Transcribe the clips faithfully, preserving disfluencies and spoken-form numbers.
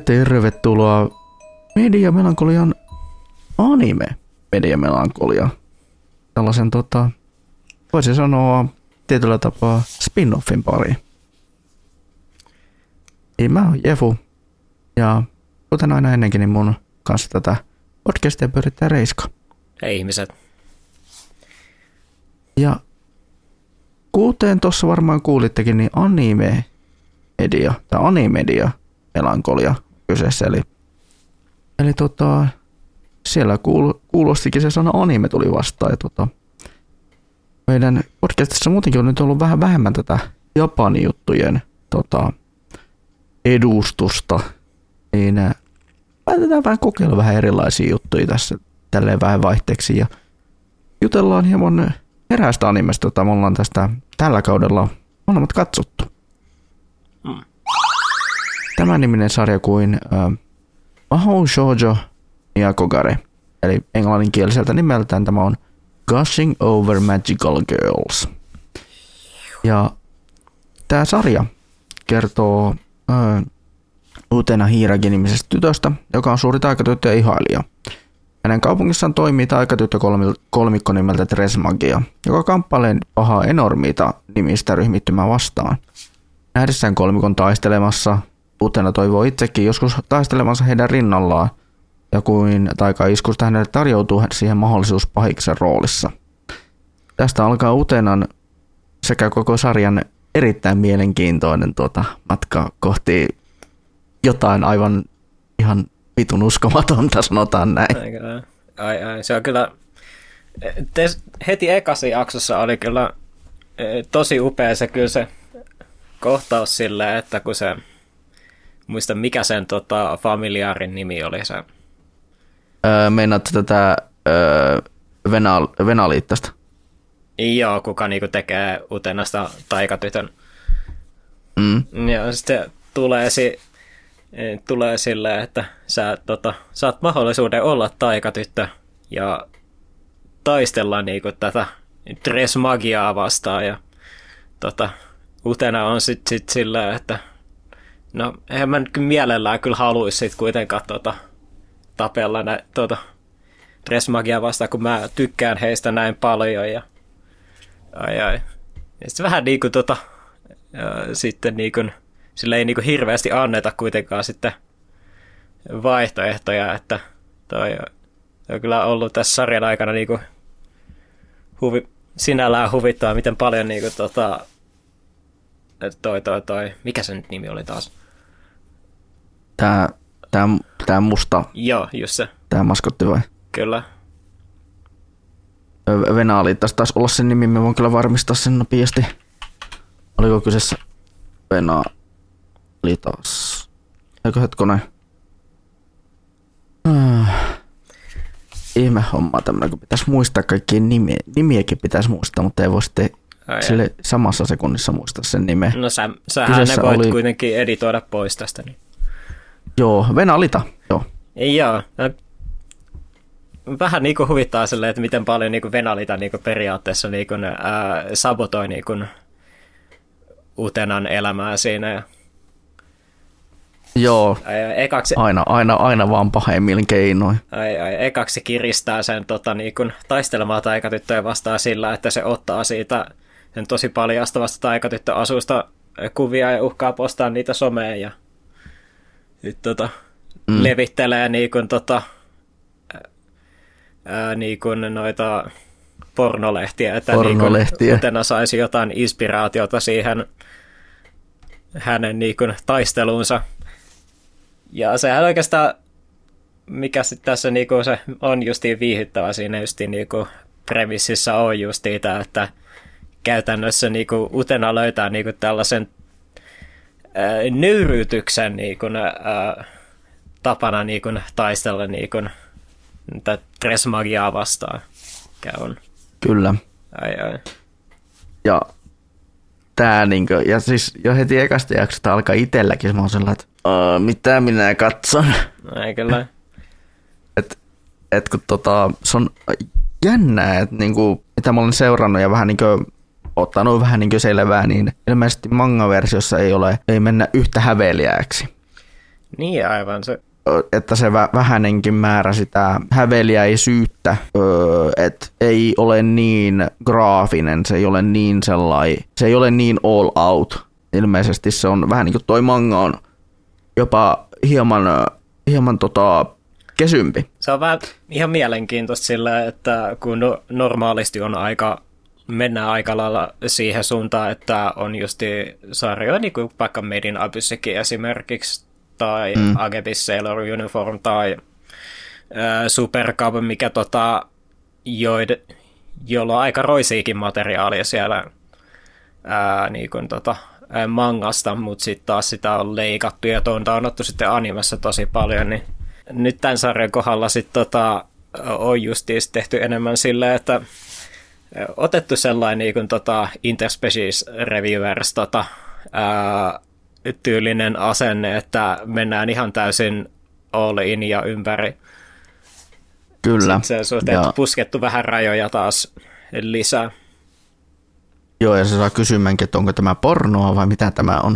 tervetuloa Mediamelankolian anime Mediamelankolia. Tällaisen tota, voisi sanoa tietyllä tapaa spin-offin pariin. Niin mä oon Jefu ja kuten aina ennenkin, niin mun kanssa tätä podcastia pyörittää Reiska. Hei ihmiset. Ja kuten tuossa varmaan kuulittekin, niin anime media tai animedia melankolia kyseessä. Eli, eli tota, siellä kuul, kuulostikin se sana anime tuli vastaan. Ja tota, meidän podcastissa muutenkin on nyt ollut vähän vähemmän tätä Japanin juttujen tota, edustusta. Niin päätetään vähän kokeilla vähän erilaisia juttuja tässä tälleen vähän vaihteeksi. Ja jutellaan hieman eräästä animesta, jota me ollaan tästä tällä kaudella molemmat katsottu. Mm. Tämän niminen sarja kuin äh, Mahou Shoujo Hyakogare, eli englanninkieliseltä nimeltään tämä on Gushing Over Magical Girls. Ja tämä sarja kertoo äh, Utena Hiiragi-nimisestä tytöstä, joka on suuri taikatyttö ja ihailija. Hänen kaupungissaan toimii taikatyttö kolmikko nimeltä Tresmagia, joka kamppailee pahaa enormita nimistä ryhmittymää vastaan. Nähdessään kolmikon taistelemassa, Utena toivoo itsekin joskus taistelemansa heidän rinnallaan, ja kuin taikaiskusta hänelle tarjoutuu siihen mahdollisuus pahiksen roolissa. Tästä alkaa Utenan sekä koko sarjan erittäin mielenkiintoinen tuota, matka kohti jotain aivan ihan vitun uskomatonta, sanotaan näin. Ai, ai, se on kyllä, te, heti ekassa jaksossa oli kyllä tosi upea se kyllä se kohtaus silleen, että kun se, muista mikä sen tota, familiaarin nimi oli se. Öö, meinaat tätä öö, Venal, Venaliittasta? Joo, kuka niinku tekee Utenasta taikatytön. Mm. Ja sitten tulee, si, tulee silleen, että sä tota, saat mahdollisuuden olla taikatyttö ja taistella niinku tätä Tresmagiaa vastaan. Ja tota, Utena on sitten sit silleen, että no eihän mä nyt mielellään kyllä haluaisi sit kuitenkaan tota, tapella nä, tota, Tresmagiaa vastaan, kun mä tykkään heistä näin paljon. Ja, ai ai. Ja sitten vähän niinku tota, ja sitten niinku, sille ei niinku hirveästi anneta kuitenkaan sitten vaihtoehtoja, että toi on kyllä ollut tässä sarjan aikana niinku huvi, sinällään huvittaa, miten paljon niinku tota, toi toi toi, mikä se nyt nimi oli taas? Tää, tää, tää musta. Joo, just se. Tää maskotti vai? Kyllä. Venaliittas taisi olla sen nimi, me voin kyllä varmistaa sen nopeasti. Oliko kyseessä Venalitas? Eikö hetkonen? Ah. Ihme homma tämmönen, kun pitäisi muistaa kaikkien nimiä. Nimiäkin pitäisi muistaa, mutta ei voi sitten Ai sille ja. samassa sekunnissa muistaa sen nimeä. No sä, sähän ne voit oli kuitenkin editoida pois tästä. Niin. Joo, Venalita, joo. Ei joo. Vähän niinku huvittaa silleen, että miten paljon niinku Venalita niinku periaatteessa niinku, ää, sabotoi niinku Utenan elämää siinä. Ja joo, ai, ekaksi, aina, aina, aina vaan pahemmilla keinoin. Ai, ai, ekaksi kiristää sen tota, niinku, taistelemaan taikatyttöjä vastaan sillä, että se ottaa siitä sen tosi paljastavasta taikatyttöasusta kuvia ja uhkaa postaa niitä someen ja nyt, tota, mm. levittelee niinku, tota, ää, niinku, noita pornolehtiä, että pornolehtiä. Niinku, Utena saisi jotain inspiraatiota siihen hänen niinku, taisteluunsa. Ja sehän oikeastaan, mikä sitten tässä niinku se on justiin viihyttävä siinä justiin niinku premississa on justiin tämä, että käytännössä niinku Utena löytää niinku tällaisen ää, nöyryytyksen niinku, ää, tapana niinku taistella niinku Tresmagiaa vastaan. Mikä on. Kyllä. Ai ai. Ja tää niinku, ja siis jo heti ekasta jaksosta alkaa itselläkin mä oon sellainen, että Uh, mitä minä katson? Ei kyllä. et, et kun tota, se on jännää, että niinku, mitä mä olen seurannut ja vähän niinku ottanut vähän niinku selvää, niin ilmeisesti manga-versiossa ei ole, ei mennä yhtä häveliääksi. Niin aivan se. Että se vä- vähänenkin määrä sitä häveliäisyyttä, öö, että ei ole niin graafinen, se ei ole niin sellai, se ei ole niin all out. Ilmeisesti se on vähän niin kuin toi manga on jopa hieman, hieman tota, kesympi. Se on vähän ihan mielenkiintoista sillä, että kun no, normaalisti on aika, mennään aika lailla siihen suuntaan, että on justi sarjoja, niin kuin vaikka Made in Abyssekin esimerkiksi, tai mm. Agebis Sailor Uniform, tai äh, Super Cub, mikä tota, joid, jolla on aika roisiikin materiaalia siellä ää, niin kuin, tota, ää, mangasta, mutta sitten taas sitä on leikattu ja tuonta on otettu sitten animessa tosi paljon, niin nyt tämän sarjan kohdalla sitten tota, on justiin tehty enemmän silleen, että otettu sellainen niin kuin, tota, Interspecies Reviewers tota, ää, tyylinen asenne, että mennään ihan täysin all in ja ympäri. Kyllä. Sitten se suhteen, että puskettu vähän rajoja taas lisää. Joo, ja se saa kysymänkin, että onko tämä pornoa vai mitä tämä on.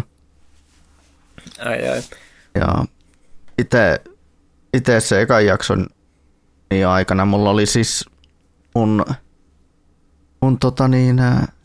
Ai ai. Ja itse, itse se ekan jakson niin aikana mulla oli siis mun, mun tota niin,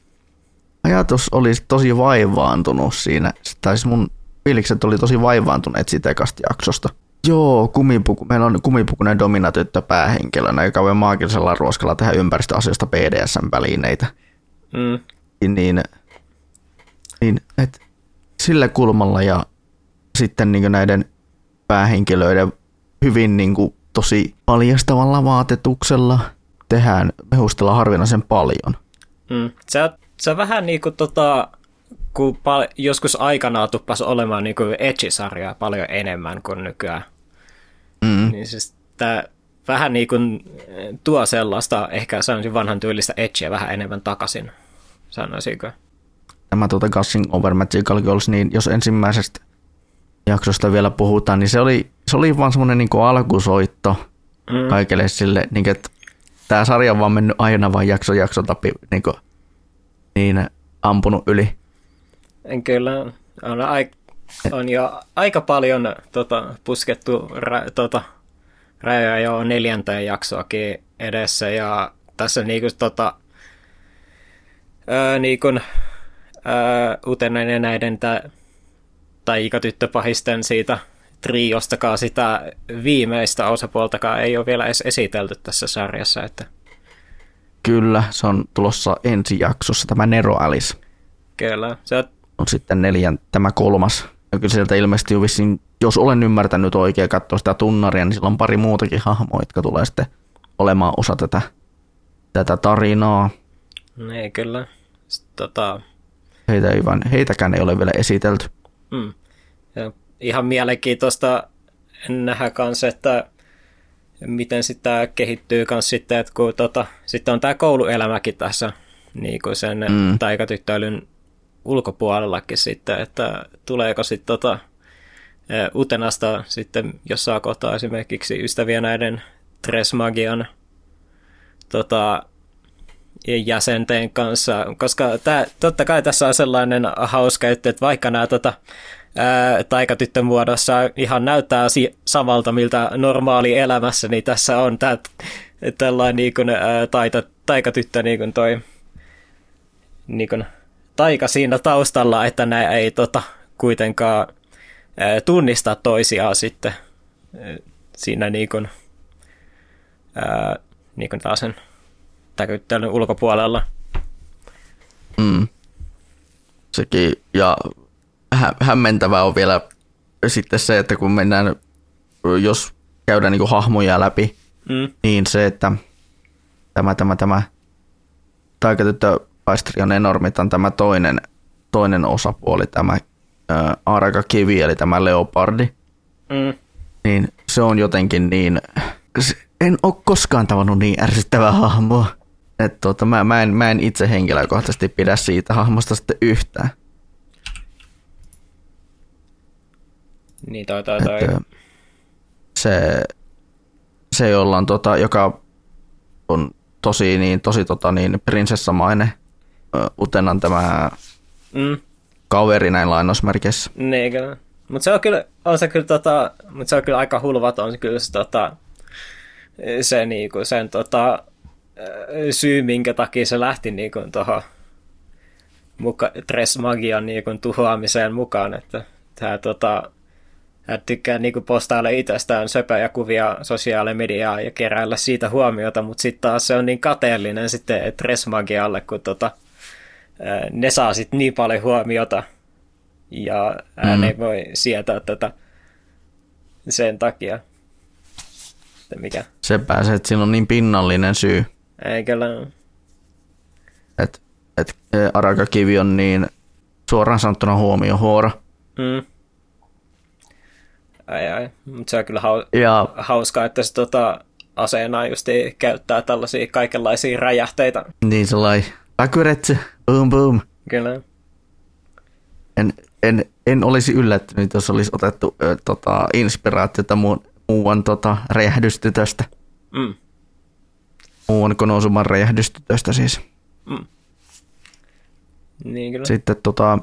ajatus oli tosi vaivaantunut siinä. Tai siis mun fiilikset oli tosi vaivaantuneet siitä ekasta jaksosta. Joo, kumipuku. Meillä on kumipukunen dominatyttö päähenkilönä, joka voi maagisella ruoskalla tehdä ympäristöasioista P D S M-välineitä. Mm. Niin, niin et sillä kulmalla ja sitten niin näiden päähenkilöiden hyvin niin kuin, tosi paljastavalla vaatetuksella tehdään mehustella harvinaisen paljon. Mm. Se, on, se on vähän niin kuin tota, kun pal- joskus aikanaan tuppasi olemaan niin kuin Edge-sarjaa paljon enemmän kuin nykyään. Mm. Niin siis tää vähän niin kuin tuo sellaista, ehkä sanoisin vanhan tyylistä Edgeä vähän enemmän takaisin, sanoisinko. Tämä tuota Gushing Over Magical Girls, niin jos ensimmäisestä jaksosta vielä puhutaan, niin se oli, se oli vaan semmoinen niin kuin alkusoitto mm. kaikille sille, niin kuin, että tämä sarja on vaan mennyt aina vaan jakso jaksolta niin, kuin, niin ampunut yli. Kyllä, on, ai, on jo aika paljon tota, puskettu ra, tota, rajoja jo neljänteen jaksoakin edessä, ja tässä niinku tota, ää, niinku, ää, uutena näiden tää, taikatyttöpahisten siitä triostakaan sitä viimeistä osapuoltakaan ei ole vielä edes esitelty tässä sarjassa. Että... Kyllä, se on tulossa ensi jaksossa, tämä Nero Alice. Kyllä, se on on sitten neljän, tämä kolmas. Ja kyllä sieltä ilmeisesti jo vissiin, jos olen ymmärtänyt oikein katsoa sitä tunnaria, niin sillä on pari muutakin hahmoa, jotka tulee sitten olemaan osa tätä, tätä tarinaa. Ei kyllä. Sitten, tota... Heitä ei vaan, heitäkään ei ole vielä esitelty. Mm. Ja ihan mielenkiintoista nähdä kanssa, että miten sitä kehittyy kanssa sitten, että kun tota, sitten on tämä kouluelämäkin tässä niin kuin sen mm. taikatyttöilyn ulkopuolellakin sitten, että tuleeko sitten tota, Utenasta sitten jossain kohtaa esimerkiksi ystäviä näiden Tresmagian tota, jäsenten kanssa, koska tää, totta kai tässä on sellainen hauska, että vaikka nämä tota, taikatyttön muodossa ihan näyttää si- samalta, miltä normaali elämässä, niin tässä on tää, tällainen niin kuin, ää, taita, taikatyttö niin kuin toi niin kuin, taika siinä taustalla, että nämä ei tota, kuitenkaan ää, tunnista toisiaan sitten ää, siinä niin kuin, ää, niin kuin taas sen taikatytön ulkopuolella. Mm. Sekin, ja hä- hämmentävää on vielä sitten se, että kun mennään, jos käydään niin kuin hahmoja läpi, mm. niin se, että tämä, tämä, tämä taikatyttö Paistrion Enormitan tämä toinen, toinen osapuoli, tämä ää, Araka Kivi, eli tämä Leopardi, mm. niin se on jotenkin niin, en ole koskaan tavannut niin ärsyttävää hahmoa, että tuota, mä, mä, en, mä en itse henkilökohtaisesti pidä siitä hahmosta sitten yhtään. Niin toi toi toi. Että se, se jolla on tota, joka on tosi niin, tosi tota niin prinsessamainen, Utenan tämä mm. kaveri näin lainausmerkeissä. Neikö? Mutta se on kyllä, on se kyllä, tota, mut se on kyllä aika hulvaton se kyllä se, tota, se niinku, sen tota, syy, minkä takia se lähti niinku, tuohon muka, Dressmagian niinku, tuhoamiseen mukaan, että tämä tota, hän tykkää niinku, postailla itsestään söpöjä kuvia sosiaalimediaa ja keräillä siitä huomiota, mutta sitten taas se on niin kateellinen sitten Dressmagialle, kun tota, ne saa sitten niin paljon huomiota ja hän mm. ei voi sietää tätä sen takia. Mikä? Sepä se, että siinä on niin pinnallinen syy. Ei kyllä. Että et Arakakivi on niin suoraan sanottuna huomiohuora. Mm. Ai ai, mutta se on kyllä hau- ja... hauskaa, että se tota, aseena just käyttää tällaisia kaikenlaisia räjähteitä. Niin sellainen väkyretsy, boom boom. Kyllä. En, en, en olisi yllättynyt, jos olisi otettu ö, tota, inspiraatiota muun, muuan tota, räjähdystytöstä. Mm. Muuan Konosuman räjähdystytöstä siis. Mm. Niin kyllä. Sitten tota,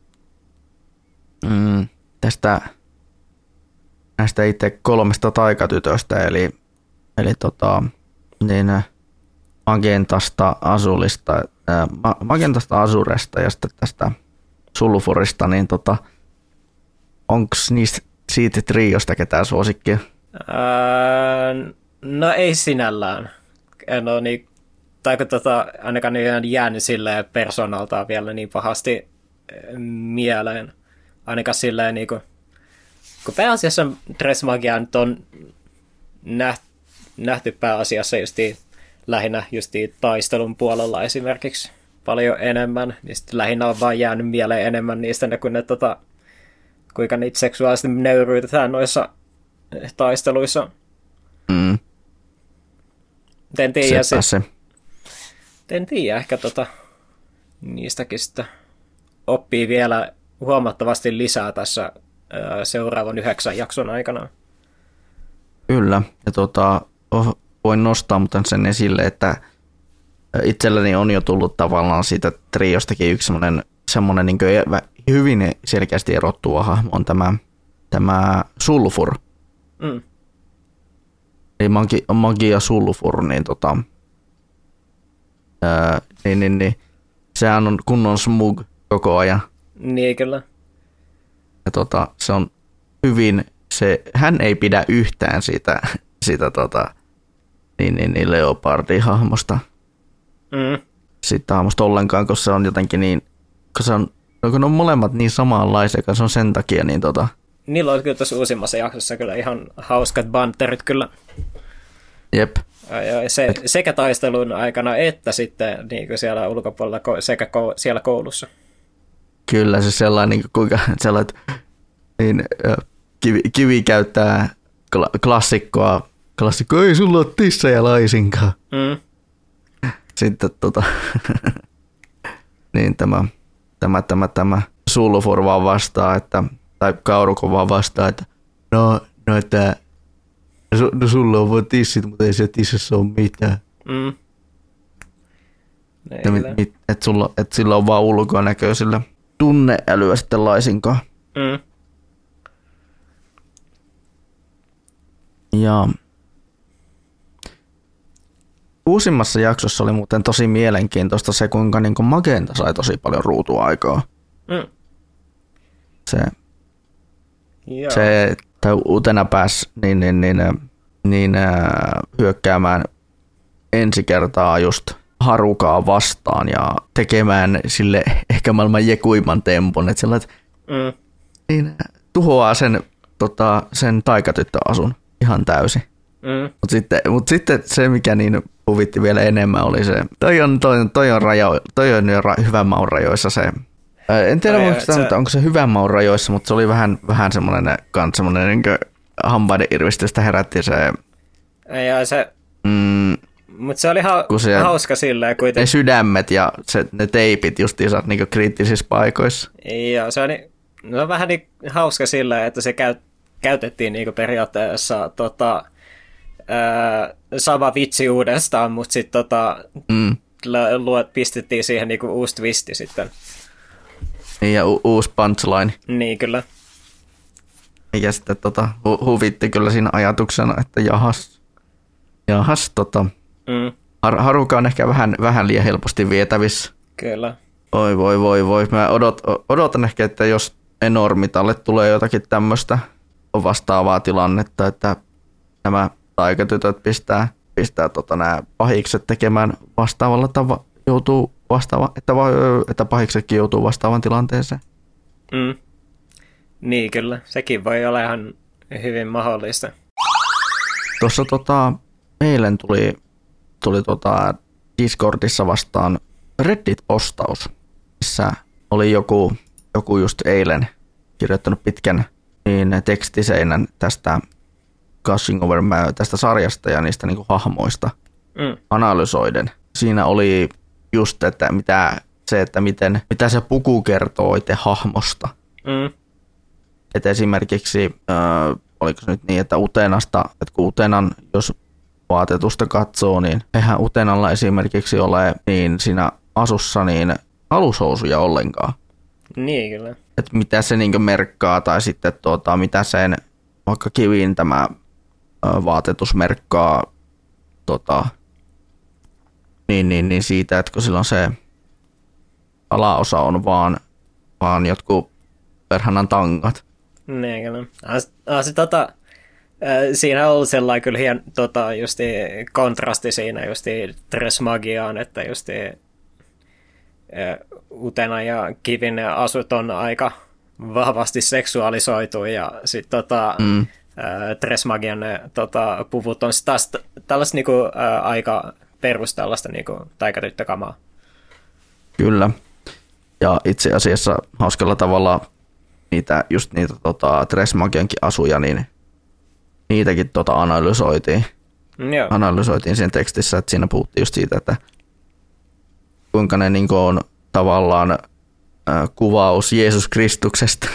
mm, tästä näistä itse kolmesta taikatytöstä, eli, eli tota, niin, Magentasta, Azulista, ää, Magentasta, Azuresta ja sitten tästä Sulfurista, niin tota, onko niistä siitä triosta ketään suosikkia? Ää, no ei sinällään. En ole niin, tai kun tota, ainakaan ei ole jäänyt silleen persoonaltaan vielä niin pahasti mieleen. Ainakaan silleen niin kuin, kun pääasiassa Dressmagia nyt on nähty, nähty pääasiassa justiin, lähinnä justiin taistelun puolella esimerkiksi paljon enemmän, niin sitten lähinnä on vaan jäänyt mieleen enemmän niistä, kun ne, tota, kuinka niitä seksuaalisesti nöyryytetään noissa taisteluissa. Mm. En tiedä, se. sit, en tiedä ehkä tota, niistäkin sitten oppii vielä huomattavasti lisää tässä ää, seuraavan yhdeksän jakson aikana. Kyllä, ja tota, oh, voin nostaa mutta sen esille, että itselläni on jo tullut tavallaan siitä triostakin yksi semmoinen, semmoinen niin kuin hyvin selkeästi erottuva hahmo on tämä, tämä Sulfur. Mm. Eli magi, magia Sulfur, niin, tota, ää, niin, niin, niin sehän on kunnon smug koko ajan. Niin kyllä. Ja tota, se on hyvin, se, hän ei pidä yhtään siitä, siitä tota, niin, niin, niin Leopardi-hahmosta. Mm. Siitä hahmosta ollenkaan, koska se on jotenkin niin, kun, se on, kun ne on molemmat niin samanlaisia, se on sen takia niin tota... Niillä on kyllä tuossa uusimmassa jaksossa kyllä ihan hauskat banterit kyllä. Jep. Ja se, sekä taistelun aikana että sitten niin kuin siellä ulkopuolella sekä ko, siellä koulussa. Kyllä se sellainen, kuinka sellainen, niin kivi, kivi käyttää klassikkoa, klassikkoa, ei sulla ole tissejä laisinkaan. Mm. Sitten tota, niin tämä, tämä, tämä, tämä Sulfur vaan vastaa, että, tai Kauruko vaan vastaa, että no, no että no sulla on vaan tissit, mutta ei se tississä ole mitään. Mm. Että mit, et sulla, et sillä on vaan ulkonäköisillä tunneälyä sitten laisinkaan. Mm. Ja uusimmassa jaksossa oli muuten tosi mielenkiintoista se, kuinka niin kuin Magenta sai tosi paljon ruutuaikaa. Mm. Se, Joo. se tai uutena pääsi niin, niin, niin, niin, hyökkäämään ensi kertaa just Harukaa vastaan ja tekemään sille ehkä maailman jekuimman tempon, että sellainen, Mm. niin, tuhoaa sen, tota, sen taikatyttöasun ihan täysin. Mm. Mutta sitten, mut sitten se, mikä niin huvitti vielä enemmän, oli se, toi on, toi, toi on, rajo, toi on jo ra, hyvän maun rajoissa se. En tiedä, onko se, se... onko se hyvän maun rajoissa, mutta se oli vähän, vähän semmoinen, semmoinen niin hampaiden irvistystä herätti se. Ja se... Mm, mutta se oli ha- se, hauska silleen kuitenkin. Ne sydämet ja se, ne teipit justiinsa niin kriittisissä paikoissa. Joo, se on, no, on vähän niin hauska silleen, että se käy, käytettiin niin periaatteessa tota, ää, sama vitsi uudestaan, mutta sitten tota, mm. pistettiin siihen niin uusi twisti sitten. Niin, ja u- uusi punchline. Niin, kyllä. mikä sitten tota, hu- huvitti kyllä siinä ajatuksena, että jahas, jahas tota, Mm. Har- Haruka on ehkä vähän, vähän liian helposti vietävissä. Kyllä. Oi voi voi voi. Mä odot, odotan ehkä, että jos Enormitalle tulee jotakin tämmöistä vastaavaa tilannetta, että nämä taikatytöt pistää, pistää tota, nämä pahikset tekemään vastaavalla tavalla, joutuu vastaava, että, va, että pahiksetkin joutuu vastaavaan tilanteeseen. Mm. Niin kyllä, sekin voi olla ihan hyvin mahdollista. Tuossa tota, eilen tuli, tuli tota Discordissa vastaan Reddit-postaus, missä oli joku, joku just eilen kirjoittanut pitkän niin tekstiseinän tästä Gushing Over tästä sarjasta ja niistä niinku hahmoista Mm. analysoiden. Siinä oli just, että mitä se, että miten, mitä se puku kertoo itse hahmosta. Mm. Että esimerkiksi, äh, oliko se nyt niin, että Utenasta, että kun Utenan, jos vaatetusta katsoo, niin eihän Utenalla esimerkiksi ole niin siinä asussa niin alushousuja ollenkaan. Niin kyllä. Että mitä se niin merkkaa tai sitten tuota, mitä sen vaikka Kivin tämä äh, vaatetus merkkaa tota, niin, niin, niin siitä, että kun silloin se alaosa on vaan, vaan jotkut perhanan tangat. Niin kyllä. Ah, ah, se, tota, äh, siinä on ollut sellainen kyllä hien, tota, justi kontrasti siinä justi Tresmagiaan, että justi äh, Utena ja Kivin asut on aika vahvasti seksuaalisoitu ja sitten tota, mm. äh, Tresmagian tota, puvut on taas tällaista niinku, äh, aika perus tällaista niinku, taikatyttökamaa. Kyllä. Ja itse asiassa hauskalla tavalla niitä, just niitä tota, Tresmagiankin asuja, niin niitäkin tota, analysoitiin. Mm, joo. Analysoitiin siinä tekstissä, että siinä puhuttiin just siitä, että kuinka ne niin on tavallaan äh, kuvaus Jeesus Kristuksesta.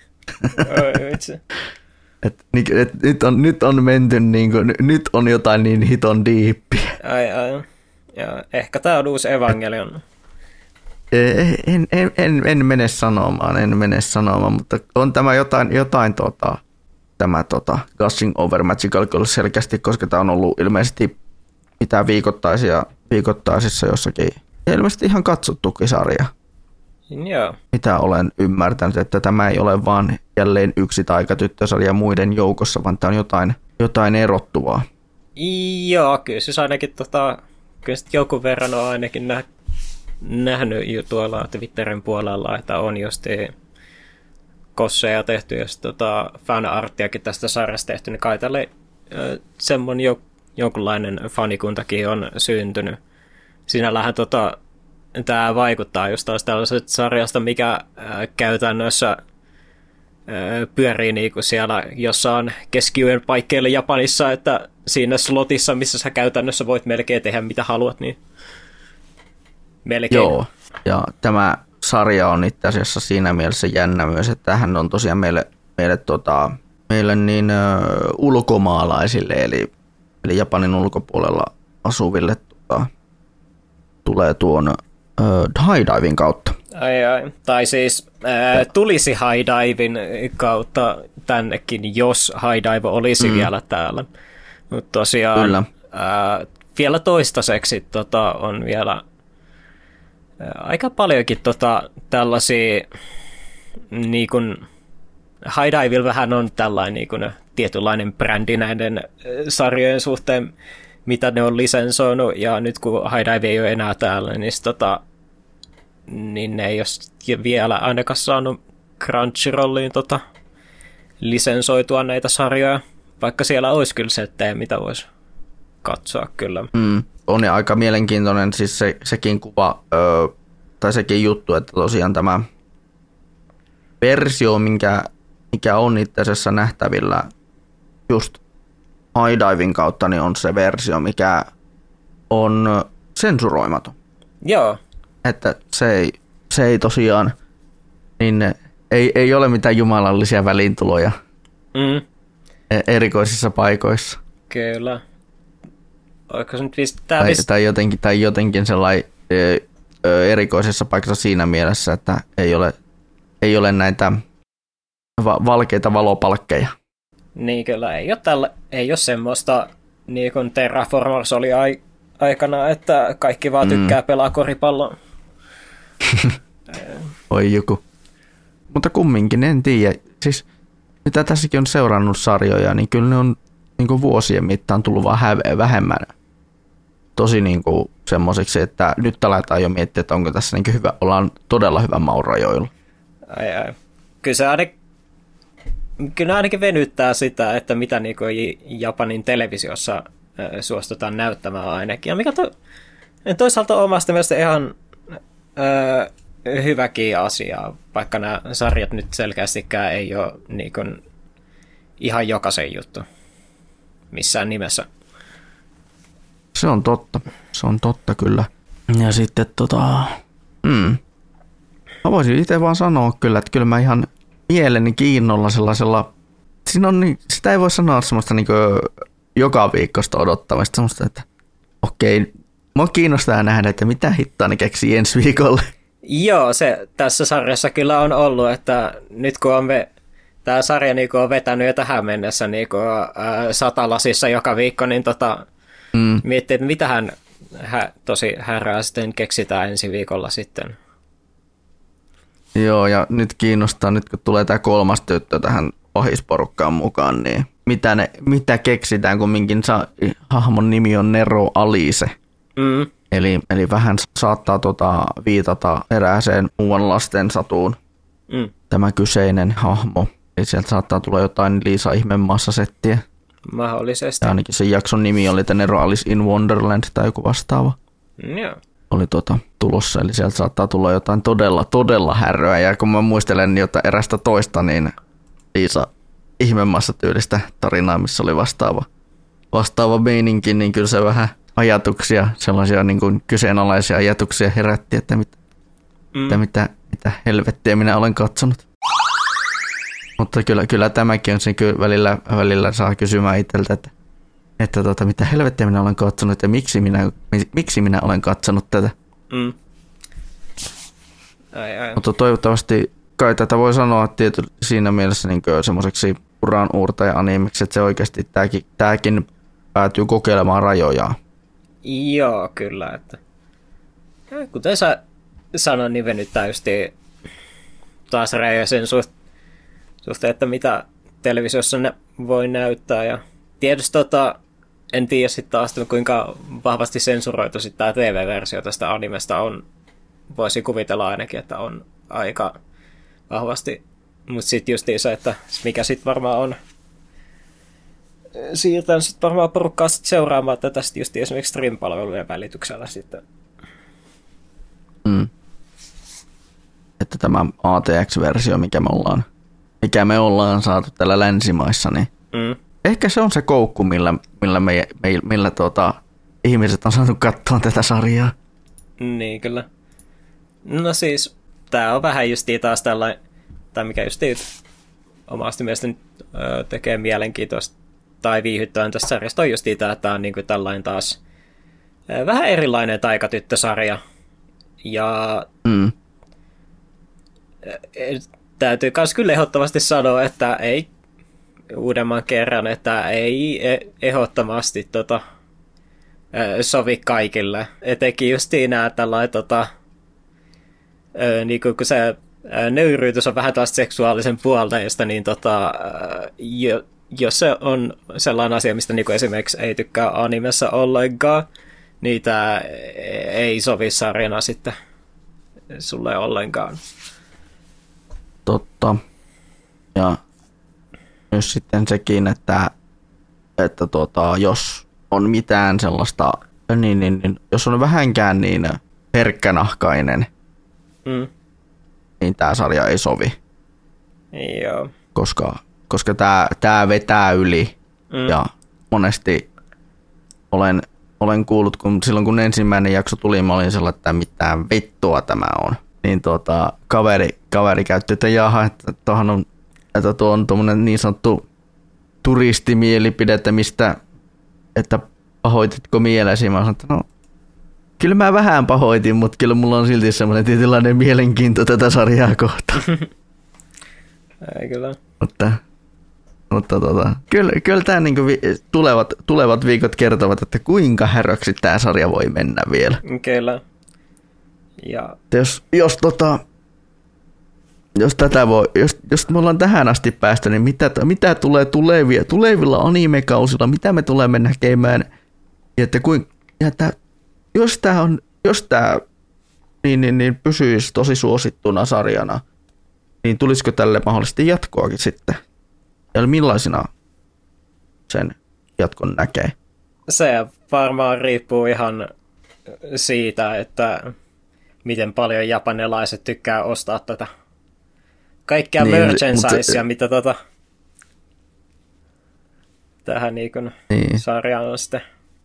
Oi, vitsi. et, et, nyt, on, nyt on menty, niin kuin, nyt on jotain niin hiton diippiä. Ai, ai. Ja ehkä tämä on uusi evankelion. En, en, en, en mene sanomaan, en mene sanomaan, mutta on tämä jotain, jotain tota, tämä tota, Gushing Over Magical Girls selkeästi, koska tämä on ollut ilmeisesti mitään viikoittaisia, viikoittaisissa jossakin, ilmeisesti ihan katsottukin sarja. Joo. Mitä olen ymmärtänyt, että tämä ei ole vaan jälleen yksi taikatyttösarja muiden joukossa, vaan tämä on jotain, jotain erottuvaa. Joo, kyllä siis ainakin tota, kyllä jonkun verran on ainakin nä- nähnyt jo tuolla Twitterin puolella, että on just kosseja tehty ja tota, fanarttiakin tästä sarjasta tehty, niin kai tälle äh, semmoinen jo, jonkunlainen fanikuntakin on syntynyt. Sinällähän tota, tämä vaikuttaa just tällaisesta sarjasta, mikä äh, käytännössä äh, pyörii niinku siellä jossain keskiyön paikkeilla Japanissa, että siinä slotissa, missä sä käytännössä voit melkein tehdä mitä haluat, niin melkein. Joo, ja tämä sarja on itse asiassa siinä mielessä jännä myös, että tämähän on tosiaan meille, meille, tota, meille niin, uh, ulkomaalaisille, eli, eli Japanin ulkopuolella asuville tota, tulee tuon uh, high diving kautta. Ai, ai. Tai siis ää, tulisi high divin kautta tännekin, jos high dive olisi mm. vielä täällä. Mutta tosiaan ää, vielä toistaiseksi tota, on vielä ää, aika paljonkin tota, tällaisia, niin kun, high divilla vähän on tällainen niin kun, tietynlainen brändi näiden ää, sarjojen suhteen, mitä ne on lisensoinut, ja nyt kun high dive ei ole enää täällä, niin tota, niin ne ei ole vielä ainakaan saanut Crunchyrolliin tota, lisensoitua näitä sarjoja, vaikka siellä olisi kyllä settejä, mitä voisi katsoa kyllä. Mm, on ja aika mielenkiintoinen siis se, sekin kuva, ö, tai sekin juttu, että tosiaan tämä versio, minkä, mikä on itse asiassa nähtävillä just high diving kautta, niin on se versio, mikä on sensuroimaton. Joo. Että se ei, se ei tosiaan, niin ei, ei ole mitään jumalallisia väliintuloja mm. erikoisissa paikoissa. Kyllä. Oliko se nyt viis... Tai, vis... tai, jotenkin, tai jotenkin sellainen erikoisessa paikassa siinä mielessä, että ei ole, ei ole näitä va- valkeita valopalkkeja. Niin kyllä, ei ole, tällä, ei ole semmoista, niin kuin Terraformers oli ai, aikana, että kaikki vaan tykkää mm. pelaa koripalloa. Oi joku. Mutta kumminkin, en tiedä. Siis mitä tässäkin on seurannut sarjoja, niin kyllä ne on niin kuin vuosien mittaan tullut vaan häveä vähemmän. Tosi niin kuin semmoiseksi, että nyt aletaan jo miettiä, että onko tässä niin kuin hyvä, ollaan todella hyvän maun rajoilla. Ai ai. Kyllä se ainakin, kyllä ainakin venyttää sitä, että mitä niin kuin Japanin televisiossa äh, suostutaan näyttämään ainakin. Ja mikä to, toisaalta on omasta mielestä ihan äh, hyväkin asia, vaikka nämä sarjat nyt selkeästikään ei ole niin kuin ihan jokaisen juttu missään nimessä. Se on totta. Se on totta kyllä. Ja sitten tota... Mm. Mä voisin itse vaan sanoa kyllä, että kyllä mä ihan mieleni kiinnolla sellaisella... Siinä on niin, sitä ei voi sanoa semmoista niin joka viikosta odottamista semmoista, että okei, mua kiinnostaa nähdä, että mitä hittoa ne keksii ensi viikolle. Joo, se tässä sarjassa kyllä on ollut, että nyt kun on me, tämä sarja niin on vetänyt jo tähän mennessä niin ää, satalasissa joka viikko, niin tota, mm. miettii, että mitähän hä, tosi härää sitten keksitään ensi viikolla sitten. Joo, ja nyt kiinnostaa, nyt kun tulee tämä kolmas tyttö tähän ohisporukkaan mukaan, niin mitä, ne, mitä keksitään, kun minkin sa- hahmon nimi on Nero Alice. Mm. Eli, eli vähän saattaa tota, viitata erääseen muuan lasten satuun mm. tämä kyseinen hahmo. Eli sieltä saattaa tulla jotain Liisa ihmemaassa settiä. Mahdollisesti. Ja ainakin sen jakson nimi oli The Nero Alice in Wonderland tai joku vastaava. Mm, joo. Oli tota, tulossa, eli sieltä saattaa tulla jotain todella, todella häröä. Ja kun mä muistelen jotain erästä toista, niin Liisa ihmemaassa tyylistä tarinaa, missä oli vastaava, vastaava meininki, niin kyllä se vähän ajatuksia, sellaisia niin kuin kyseenalaisia ajatuksia herätti, että, mit, mm. että mitä, mitä helvettiä minä olen katsonut. Mutta kyllä, kyllä tämäkin on se, kyllä välillä, välillä saa kysymään itseltä, että, että tota, mitä helvettiä minä olen katsonut ja miksi minä, miksi minä olen katsonut tätä. Mm. Ai, ai. Mutta toivottavasti kai tätä voi sanoa tietysti siinä mielessä niin semmoiseksi uran uurtaja-animeksi, että se oikeasti tämäkin, tämäkin päätyy kokeilemaan rajojaan. Joo, kyllä. Että kuten sä sanoin, niin venyttää justiin taas rajoja sen suhteen, suhteen, että mitä televisiossa ne voi näyttää. Ja tietysti tota, en tiedä sitten taas, kuinka vahvasti sensuroitu sitten tämä T V-versio tästä animesta on. Voisi kuvitella ainakin, että on aika vahvasti. Mutta sitten justiin se, että mikä sitten varmaan on siirtän sitten varmaan porukkaa sit seuraamaan tätä sit just esimerkiksi stream-palvelujen välityksellä sitten. Mm. Että tämä A T X-versio, mikä me ollaan, mikä me ollaan saatu täällä länsimaissa, niin mm. ehkä se on se koukku, millä, millä, me, me, millä tuota, ihmiset on saanut katsoa tätä sarjaa. Niin, kyllä. No siis, tää on vähän justiin taas tällainen, tai mikä justiin omasta mielestäni tekee mielenkiintoista tai viihyttävän tässä sarjasta on justiin tämä, että tämä on niin kuin tällainen taas vähän erilainen taikatyttösarja. Ja mm. täytyy myös kyllä ehdottomasti sanoa, että ei uudemman kerran, että ei ehdottomasti tota, sovi kaikille. Etenkin justiin nämä tällainen, tota, niin kun se nöyryytys on vähän taas seksuaalisen puolta, niin tota, jo, jos se on sellainen asia, mistä niin esimerkiksi ei tykkää animessa ollenkaan, niin tämä ei sovi sarjana sitten sulle ollenkaan. Totta. Ja myös sitten sekin, että, että tuota, jos on mitään sellaista, niin, niin, niin jos on vähänkään niin herkkänahkainen, mm. niin tämä sarja ei sovi. Joo. Koska, koska tämä, tämä vetää yli mm. ja monesti olen, olen kuullut, kun silloin kun ensimmäinen jakso tuli, mä olin sellainen, että mitään vittua tämä on. Niin tuota, kaveri, kaveri käytti, että jaha, että tuohon on, että tuo on tuommoinen niin sanottu turistimielipide, että mistä, että pahoititko mielesi? Mä sanoin, että no, kyllä mä vähän pahoitin, mutta kyllä mulla on silti semmoinen tietynlainen mielenkiinto tätä sarjaa kohtaan. Ei kyllä. mutta mutta tota, kyllä, kyllä tämä niinku vi, tulevat, tulevat viikot kertovat, että kuinka häröksi tämä sarja voi mennä vielä. Kyllä. Ja jos, jos, tota, jos, tätä voi, jos, jos me ollaan tähän asti päästä, niin mitä, mitä tulee tulevia, tulevilla animekausilla, mitä me tulemme näkemään, ja että kuin, ja että, jos tämä on, jos tämä niin, niin, niin pysyisi tosi suosittuna sarjana, niin tulisiko tälle mahdollisesti jatkoakin sitten? Ja millaisina sen jatkon näkee? Se varmaan riippuu ihan siitä, että miten paljon japanilaiset tykkää ostaa tätä kaikkea niin, merchandisea, mitä tota, tähän niin kuin niin. sarjaan on sitten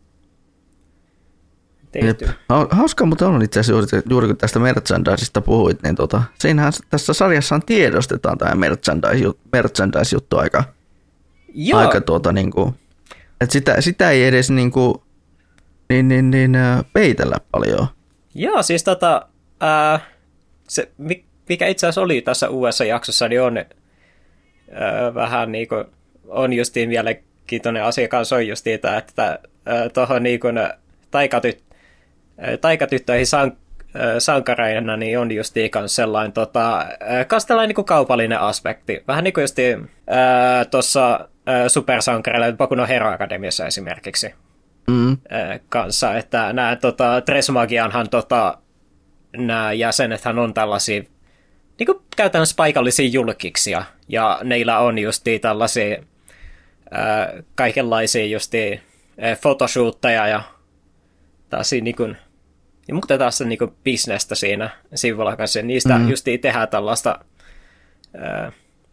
tehty. Hauska, mutta on itse asiassa juuri, juuri kun tästä merchandisesta puhuit, niin tota, siinähän tässä sarjassa tiedostetaan tämä merchandise, merchandise-juttu aika, aika tuota, niin kuin, että sitä, sitä ei edes niin kuin, niin, niin, niin, peitellä paljon. Joo, siis tota, ää, se, mikä itse asiassa oli tässä uudessa jaksossa, niin on ää, vähän niin kuin, on justiin mielenkiintoinen asia kanssa on justiin tämä, että tuohon niin kuin taikatyt, taikatyttöihin sank, sankareina niin on justiin kans sellainen, tota, kans tällainen niin kuin kaupallinen aspekti. Vähän niin kuin justiin tuossa supersankareilla Boku no Hero Academiassa esimerkiksi. Mm. Kanssa, että nämä tota, Tresmagianhan tota, nämä jäsenethän on tällaisia niin kuin käytännössä paikallisia julkiksia, ja neillä on justiin tällaisia ää, kaikenlaisia justiin ää, photoshootteja ja tällaisia niin kuin, ja mutta taas niin kuin bisnestä siinä sivulla kanssa, niistä mm. justiin tehdään tällaista ää,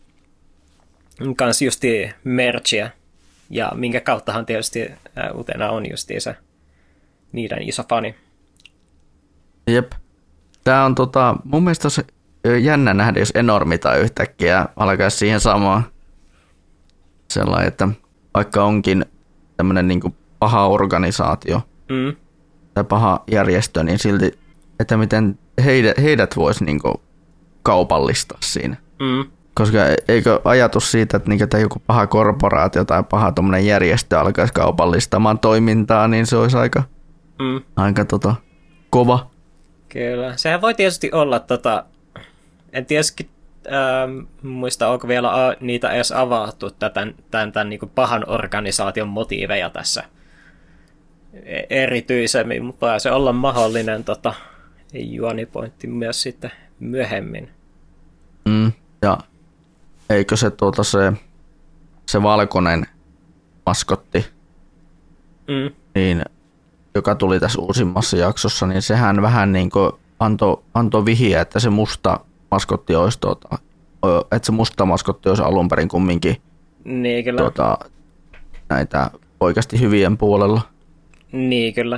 kans justiin merchia. Ja minkä kauttahan tietysti Utena on justiin se niiden iso fani. Jep. Tää on tota, mun mielestä se jännä nähdä, jos Enormi tai yhtäkkiä alkaisi siihen samaan. Sellainen, että vaikka onkin tämmönen niinku paha organisaatio mm. tai paha järjestö, niin silti, että miten heidät, heidät voisi niinku kaupallistaa siinä. Mm. Koska eikö ajatus siitä, että niinku joku paha korporaatio tai paha tommonen järjestö alkaisi kaupallistamaan toimintaa, niin se olisi aika, mm. aika tota, kova. Kyllä. Sehän voi tietysti olla, tota, en tietysti ähm, muista, onko vielä a, niitä edes avattu tämän, tämän, tämän niin kuin pahan organisaation motiiveja tässä erityisemmin, mutta se olla mahdollinen tota, juonipointti myös sitten myöhemmin. Mm, ja eikö se, tuota, se, se valkoinen maskotti, mm. niin, joka tuli tässä uusimmassa jaksossa, niin sehän vähän niin kuin antoi anto vihjeä, että se musta maskotti olisi, tuota, että se musta maskotti olisi alun perin kumminkin niin, kyllä. Tuota, näitä oikeasti hyvien puolella. Niin, kyllä.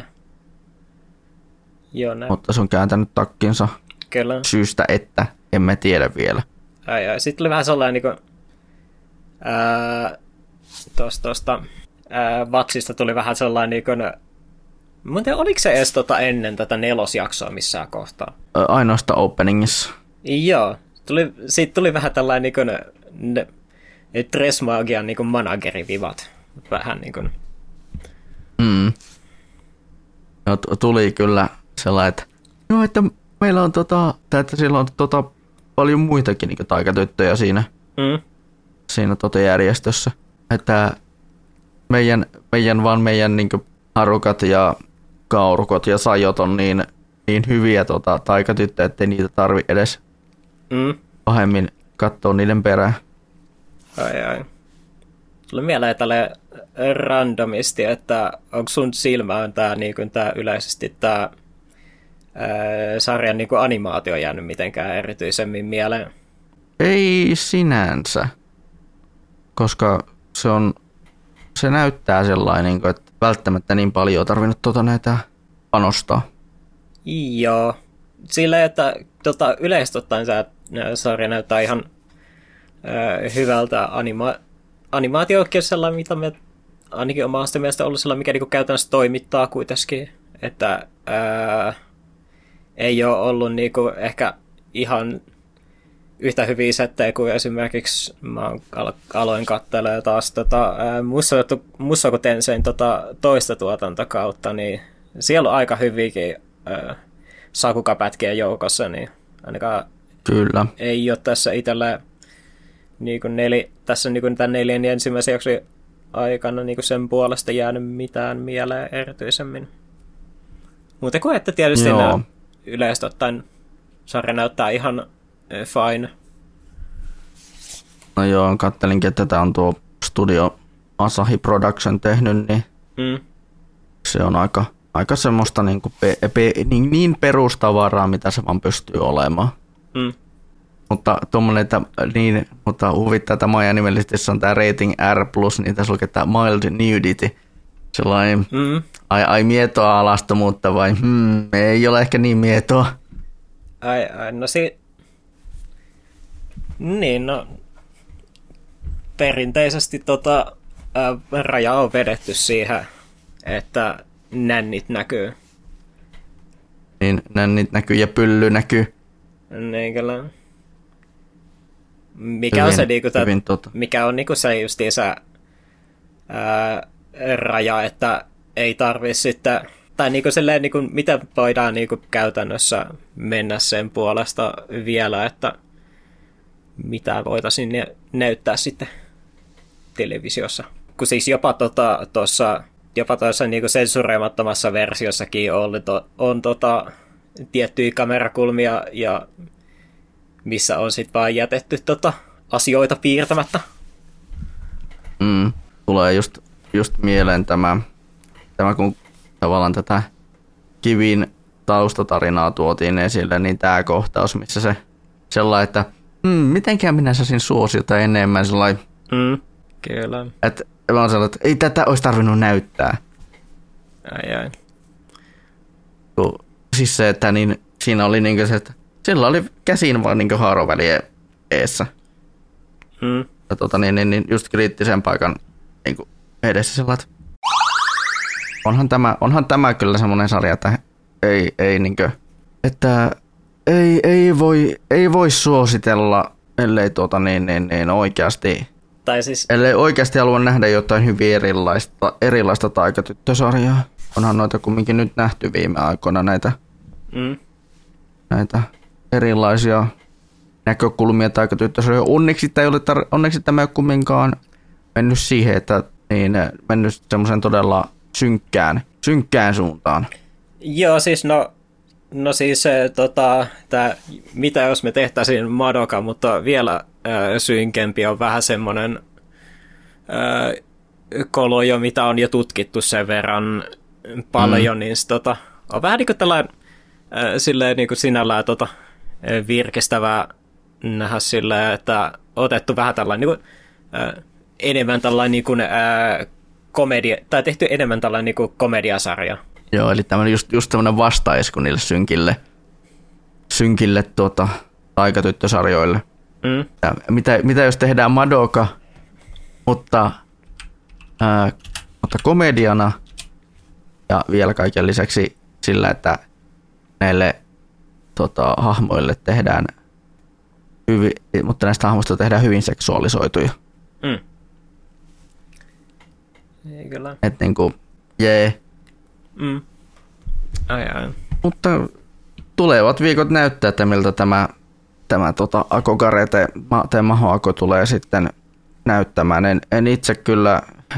Joo, näin. Mutta se on kääntänyt takkinsa kyllä. Syystä, että emme tiedä vielä. Ai, ai. Sitten oli vähän sellainen, niin kuin, ää, tosta, tosta, ää, Vatsista tuli vähän sellainen, niin kuin, mä en tiedä, oliko se edes tota ennen tätä nelosjaksoa missään kohtaa? Ainoastaan openingissa. Joo, tuli, siitä tuli vähän tällainen niin kuin, ne, Tresmagian niin kuin managerivivat. Vähän niin kuin. Mm. No, tuli kyllä sellainen, että, no, että meillä on tota, että siellä on tota, paljon muitakin niin kuin taikatyttöjä siinä, mm. siinä tota järjestössä. Että meidän, meidän vaan meidän niin kuin harukat ja kaurukot ja sajot on niin, niin hyviä tota, taikatyttöjä, ettei niitä tarvi edes mm. pahemmin katsoa niiden perään. Ai ai. Tuli mieleen tälle randomisti, että onko sun silmään tää, niin kuin tää yleisesti tää ää, sarjan niin kuin animaatio jäänyt mitenkään erityisemmin mieleen? Ei sinänsä, koska se on se näyttää sellainen, että välttämättä niin paljon on tarvinnut tuota näitä panostaa. Joo. Sillä, että tota, yleisesti ottaen se sarja näyttää ihan ää, hyvältä anima- animaatiokin sellainen, mitä me ainakin omasta mielestä ollut sellainen, mikä niinku käytännössä toimittaa kuitenkin. Että ää, ei ole ollut niinku ehkä ihan yhtä hyviä settejä kuin esimerkiksi mä aloin katselemaan taas tota, Mushoku Tensein tota, toista tuotantokautta, niin siellä on aika hyviäkin ää, Sakuga-pätkiä joukossa, niin ainakaan Kyllä. ei ole tässä itsellä niin kuin neli, tässä niin kuin tämän neljän ensimmäisen jakson aikana niin kuin sen puolesta jäänyt mitään mieleen erityisemmin. Muuten kuin että tietysti yleisesti ottaen sarja näyttää ihan äh, fine. No joo, kattelinkin, että tätä on tuo studio Asahi Production tehnyt, niin mm. se on aika, aika semmoista niin, kuin pe, pe, niin, niin perustavaraa, mitä se vaan pystyy olemaan. Mm. Mutta tuommoinen, että niin, mutta huvittaa, että Maja nimellisesti on tämä rating R plus, niin tässä lukee tämä mild nudity. Sellainen, mm. ai, ai mietoa alastomuutta vai hmm, ei ole ehkä niin mietoa. Ai, ai no si... Niin, no... Perinteisesti tota, ää, raja on vedetty siihen, että nännit näkyy. Niin, nännit näkyy ja pylly näkyy. Niin kyllä. Mikä hyvin, on se, niinku, hyvin, tota. mikä on niinku se justiinsa ää, raja, että ei tarvitse sitten, tai niinku silleen, niinku, miten voidaan niinku käytännössä mennä sen puolesta vielä, että mitä voitaisiin näyttää sitten televisiossa. Kun siis jopa tuossa tota, jopa tuossa niinku sensuroimattomassa versiossakin on, to, on tota, tiettyjä kamerakulmia, ja missä on sitten vaan jätetty tota, asioita piirtämättä. Mm, tulee just, just mieleen tämä, tämä, kun tavallaan tätä Kivin taustatarinaa tuotiin esille, niin tämä kohtaus, missä se sellainen, että mm, mitenkään minä saisin suosiota enemmän sellainen, mm, kyllä. Että mä oon sellainen, että ei tätä olisi tarvinnut näyttää. Ai ai. Kun, siis se, että niin, siinä oli niin se, että sillä oli käsin vaan niin haaroväliä eessä. Mm. Ja tota, niin, niin, niin just kriittisen paikan niin edessä sellainen, onhan tämä, onhan tämä kyllä semmoinen sarja, että ei, ei, niin kuin, että ei, ei, voi, ei voi suositella, ellei tuota, niin, niin, niin oikeasti, tai siis... ellei oikeasti halua nähdä jotain hyvin erilaista, erilaista taikatyttösarjaa. Onhan noita kumminkin nyt nähty viime aikoina näitä, mm. näitä erilaisia näkökulmia taikatyttösarjoja. Onneksi, tämä ei ole tar- onneksi tämä ei ole kumminkaan mennyt siihen, että niin, mennyt semmoisen todella synkkään, synkkään suuntaan. Joo, siis no, no siis tota, tää, mitä jos me tehtäisiin Madoka, mutta vielä äh, synkempi on vähän semmoinen äh, kolojo, mitä on jo tutkittu sen verran paljon, mm. niin tota, on vähän niin kuin tällainen äh, silleen niin kuin sinällään tota, virkistävää nähdä silleen, että otettu vähän tällainen niin kuin, äh, enemmän tällainen niin kuin, äh, komedia, tai tehty enemmän tällainen niin kuin komediasarja. Joo, eli tämmöinen just, just tämmöinen vastaisku niille synkille, synkille tuota, taikatyttösarjoille. Mm. Mitä, mitä jos tehdään Madoka, mutta, ää, mutta komediana ja vielä kaiken lisäksi sillä, että näille tota, hahmoille tehdään hyvin, mutta näistä hahmoista tehdään hyvin seksuaalisoituja. Mm. Ei kyllä. Että niinku, jee. Mm. Ai ai. Mutta tulevat viikot näyttää, että miltä tämä, tämä tota, Akogare te Maho-ako tulee sitten näyttämään. En, en itse kyllä,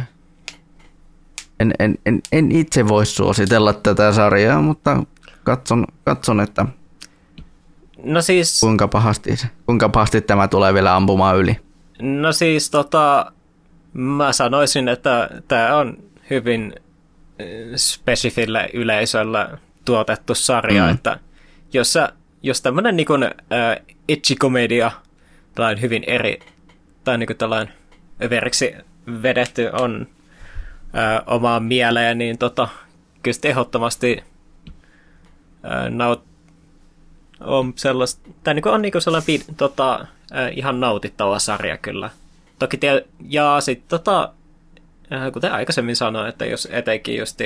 en, en, en, en itse voi suositella tätä sarjaa, mutta katson, katson että no siis, kuinka, pahasti, kuinka pahasti tämä tulee vielä ampumaan yli. No siis tota, mä sanoisin, että tämä on hyvin spesifille yleisölle tuotettu sarja, mm. että jos, sä, jos tämmöinen niin kuin äh, itchy-komedia, tällainen hyvin eri, tai niin kuin tällainen överiksi vedetty on äh, omaan mieleen, niin tota, kyllä ehdottomasti äh, naut, on sellaista, tai niin kuin on niin kuin sellainen tota, äh, ihan nautittava sarja kyllä. Toki tie, ja sitten tota, kuten aikaisemmin sanoin, että jos etenkin just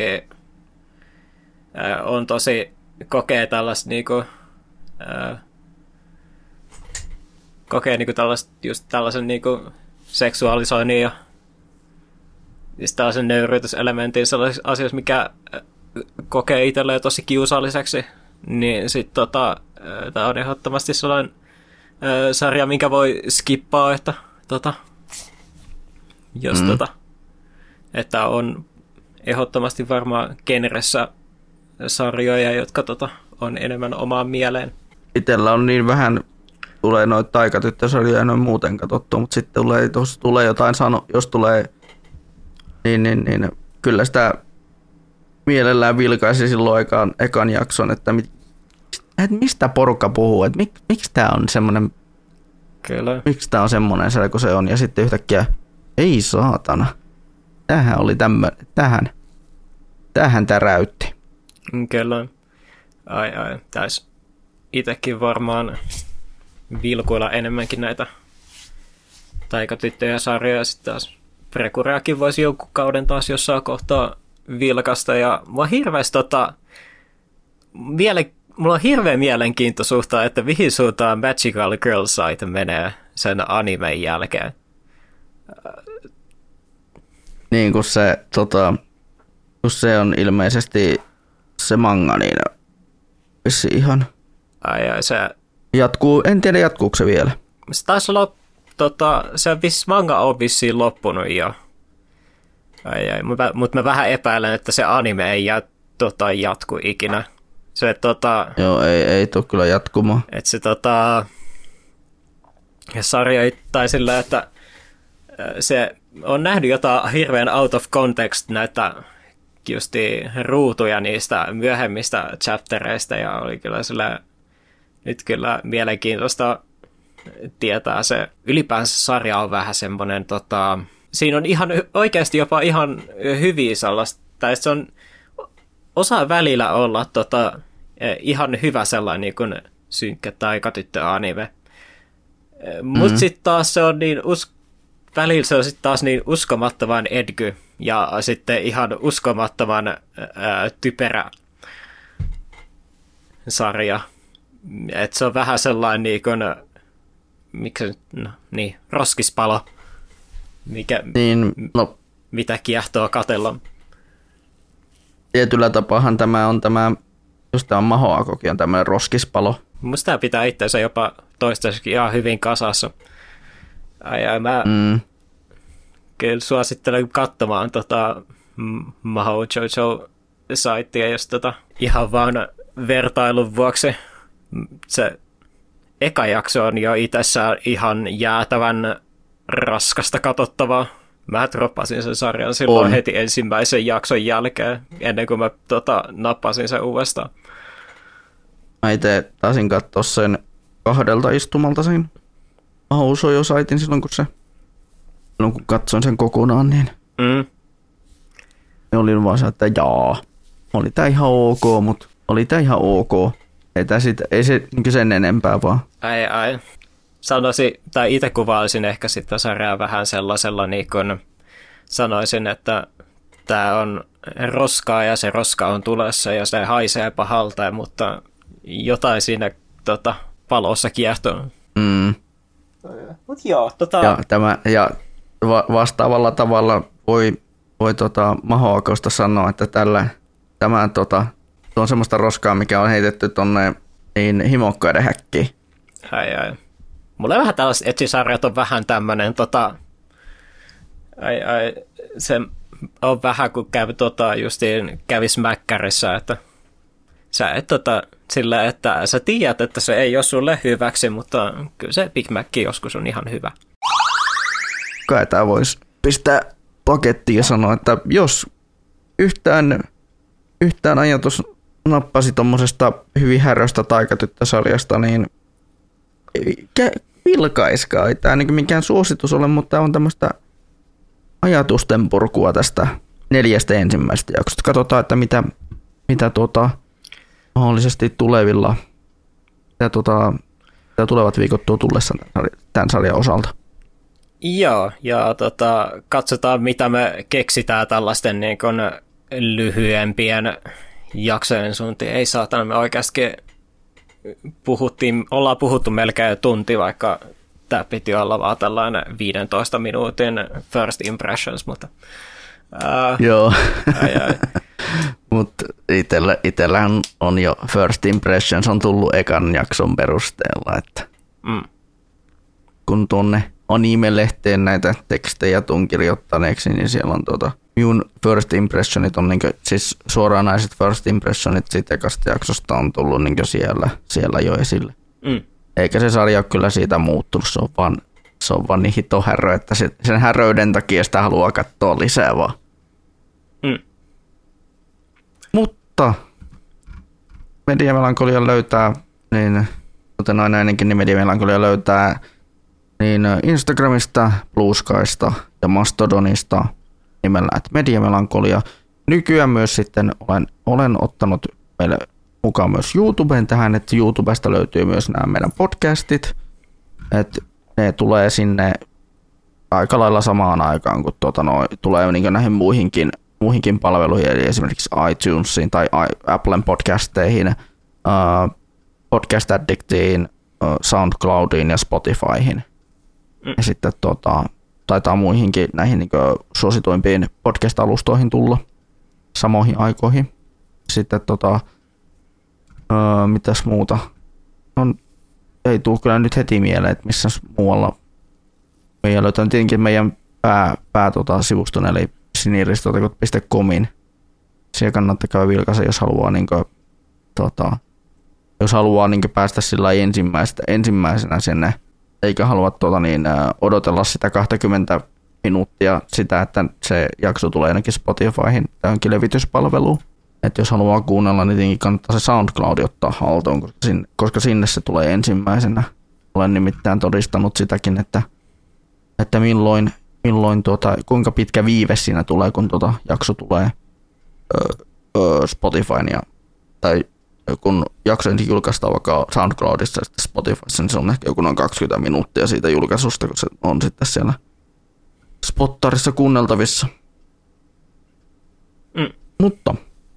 ää, on tosi kokee tällaista niinku, ää, kokee niinku tällaista, just tällaisen niinku seksuaalisoinnin ja just tällaisen nöyryytyselementin sellaisissa asioissa, mikä kokee itselleen tosi kiusalliseksi, niin sitten tota, tämä on ehdottomasti sellainen ö, sarja, minkä voi skippaa, että tota, jos mm. tota, että on ehdottomasti varmaan genressä sarjoja, jotka tota, on enemmän omaan mieleen. Itellä on niin vähän, tulee noita taikatyttösarjoja, en ole muuten katsottu, mutta sitten tulee, jos tulee jotain sano, jos tulee, niin, niin, niin kyllä sitä mielellään vilkaisi silloin ekan, ekan jakson, että, mit, että mistä porukka puhuu, että mik, miksi tämä on semmoinen, kyllä. Miksi tämä on semmoinen sarja, kun se on, ja sitten yhtäkkiä, ei saatana, tämähän oli tämmöinen, tähän, tähän täräytti. Kyllä. Ai ai, täis itsekin varmaan vilkuilla enemmänkin näitä taikatyttöjä sarjoja. Sitten taas Prekureakin voisi jonkun kauden taas jossain kohtaa vilkasta. Ja mua hirveästi tota, miele, mulla on hirveä mielenkiintoisuutta, että mihin suuntaan Magical Girl Site menee sen animen jälkeen. Niin, kun se, tota, kun se on ilmeisesti se manga, niin vissi ihan ai, ai, se jatkuu, en tiedä jatkuuko se vielä. Se taisi olla, tota, se viss, manga on vissiin loppunut jo. Ai, ai, mutta mut mä vähän epäilen, että se anime ei jat, tota, jatku ikinä. Se, tota, Joo, ei, ei tule kyllä jatkumaan. Että se tota, sarja tai sillä, että se on nähnyt jotain hirveän out of context näitä justi ruutuja niistä myöhemmistä chaptereista ja oli kyllä sillä nyt kyllä mielenkiintoista tietää se. Ylipäänsä sarja on vähän semmoinen, tota, siinä on ihan oikeasti jopa ihan hyviä sellaista, tai se on osa välillä olla tota, ihan hyvä sellainen niin kuin synkkä taikatyttö-anime. Mutta mm-hmm. sitten taas se on niin, us- välillä se on sitten taas niin uskomattoman edgy ja sitten ihan uskomattoman ää, typerä sarja. Et se on vähän sellainen niin kuin, miksi, no, niin, roskispalo, mikä, niin, no, mitä kiehtoo katsella. Tietyllä tapaahan tämä on tämä, just tämä Mahoakokin on tämmöinen roskispalo. Musta tämä pitää itseänsä jopa toistaiseksi ihan hyvin kasassa. Ai, ai, mä mm. kyllä suosittelen katsomaan tota Mahou Jojo-saittia, jos tota ihan vaan vertailun vuoksi. Se eka jakso on jo itsessään ihan jäätävän raskasta katsottavaa. Mä droppasin sen sarjan silloin on. heti ensimmäisen jakson jälkeen, ennen kuin mä tota, nappasin sen uudestaan. Mä itse taisin katsoa sen kahdelta istumalta sen Mahou Jojo-saitin silloin, kun se silloin kun katsoin sen kokonaan, niin mm. olin vaan se, että jaa, oli tää ihan ok, mutta oli tää ihan ok. Ei, tää sit, ei se sen enempää vaan. Ai ai. Sanoisin, tai itse kuvailisin ehkä sitä sarjaa vähän sellaisella, niin kuin sanoisin, että tämä on roskaa ja se roska on tulessa ja se haisee pahalta, mutta jotain siinä tota, palossa kiehtoo. Mm. Mut joo, tota... Ja, tämä, ja va- vastaavalla tavalla voi, voi tota, Mahoakosta sanoa, että tällä, tämä tota, on semmoista roskaa, mikä on heitetty tonne niin himokkaiden häkkiin. Ai ai. Mulla vähän tällaiset etsisarjat on vähän tämmönen, tota, ai, ai, se on vähän kuin kävi, tota, justiin kävis mäkkärissä, että sä et tota, sillä, että sä tiedät, että se ei ole sulle hyväksi, mutta kyllä se Big Mac joskus on ihan hyvä. Kai tää voisi pistää pakettiin ja sanoa, että jos yhtään, yhtään ajatus nappasi tommosesta hyvin häröstä taikatyttösarjasta, niin vilkaiskaa. Ei tämä niin mikään suositus ole, mutta tämä on tämmöistä ajatusten purkua tästä neljästä ensimmäisestä jaksosta. Katsotaan, että mitä, mitä tuota, mahdollisesti tulevilla, mitä, tuota, mitä tulevat viikot tuo tullessa tämän sarjan osalta. Joo, ja tota, katsotaan, mitä me keksitään tällaisten niin kuin lyhyempien jaksojen suuntiin. Ei saatana, me oikeasti puhuttiin, ollaan puhuttu melkein tunti, vaikka tämä piti olla vaan tällainen viidentoista minuutin first impressions, mutta... Ää, Joo. Ai, ai. Mutta itellä, itellähän on jo first impressions on tullut ekan jakson perusteella, että Mm. kun tuonne anime-lehteen näitä tekstejä tuun kirjoittaneeksi, niin siellä on tuota, minun first impressionit on niinku, siis suoranaiset first impressionit siitä ekasta jaksosta on tullut niinku siellä, siellä jo esille. Mm. Eikä se sarja ole kyllä siitä muuttunut, se on vaan, se on vaan niin hito härö, että se, sen häröyden takia sitä haluaa katsoa lisää vaan. Mm. Mutta Mediamelankolia löytää, niin kuten aina ennenkin, niin Mediamelankolia löytää niin Instagramista, Blue Skysta ja Mastodonista nimellä että Mediamelankolia. Nykyään myös sitten olen, olen ottanut meille mukaan myös YouTubeen tähän, että YouTubesta löytyy myös nämä meidän podcastit, että ne tulee sinne aika lailla samaan aikaan, kun tuota, no, tulee niin näihin muihinkin, muihinkin palveluihin, eli esimerkiksi iTunesiin tai Applen podcasteihin, uh, Podcast Addictiin, uh, SoundCloudiin ja Spotifyhin. Mm. Ja sitten tota, taitaa muihinkin näihin niin suosituimpiin podcast-alustoihin tulla samoihin aikoihin. Sitten tota, uh, mitäs muuta? On, ei tule kyllä nyt heti mieleen, että missä muualla. Meidän löytää tietenkin meidän pää, pää tota, sivuston, eli siniristot piste comin. Siellä kannattaa käydä vilkaisen, jos haluaa, niin kuin, tota, jos haluaa niin kuin, päästä sillä ensimmäisenä sinne, eikä halua tuota, niin, odotella sitä kaksikymmentä minuuttia sitä, että se jakso tulee ainakin Spotifyhin tähänkin levityspalveluun. Että jos haluaa kuunnella, niin tietenkin kannattaa se SoundCloud ottaa haltuun, koska sinne, koska sinne se tulee ensimmäisenä. Olen nimittäin todistanut sitäkin, että, että milloin, milloin tuota, kuinka pitkä viive siinä tulee, kun tuota jakso tulee ö, ö, Spotifyn ja tai kun jakso ensin julkaistaan vaikka SoundCloudissa ja sitten Spotifyssa, niin se on ehkä joku noin kaksikymmentä minuuttia siitä julkaisusta, kun se on sitten siellä Spottarissa kuunneltavissa. Mm. Mutta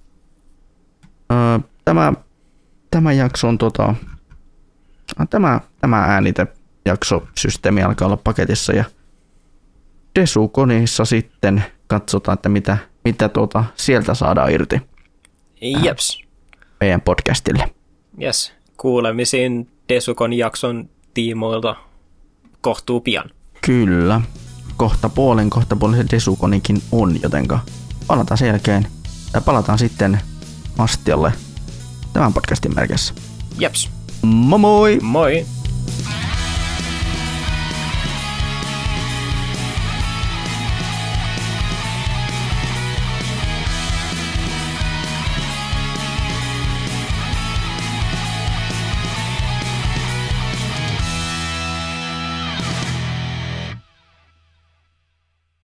ö, tämä, tämä jakso on tota, tämä, tämä äänitejaksosysteemi alkaa olla paketissa ja Desukonissa sitten katsotaan, että mitä, mitä tuota sieltä saadaan irti. Jeps. Meidän podcastille. Yes. Kuulemisiin Desukon jakson tiimoilta kohtuu pian. Kyllä. Kohta puolen, kohta puolen se Desukonikin on, jotenka palataan sen jälkeen, tai palataan sitten Astialle tämän podcastin merkissä. Jeps. Moi moi! Moi!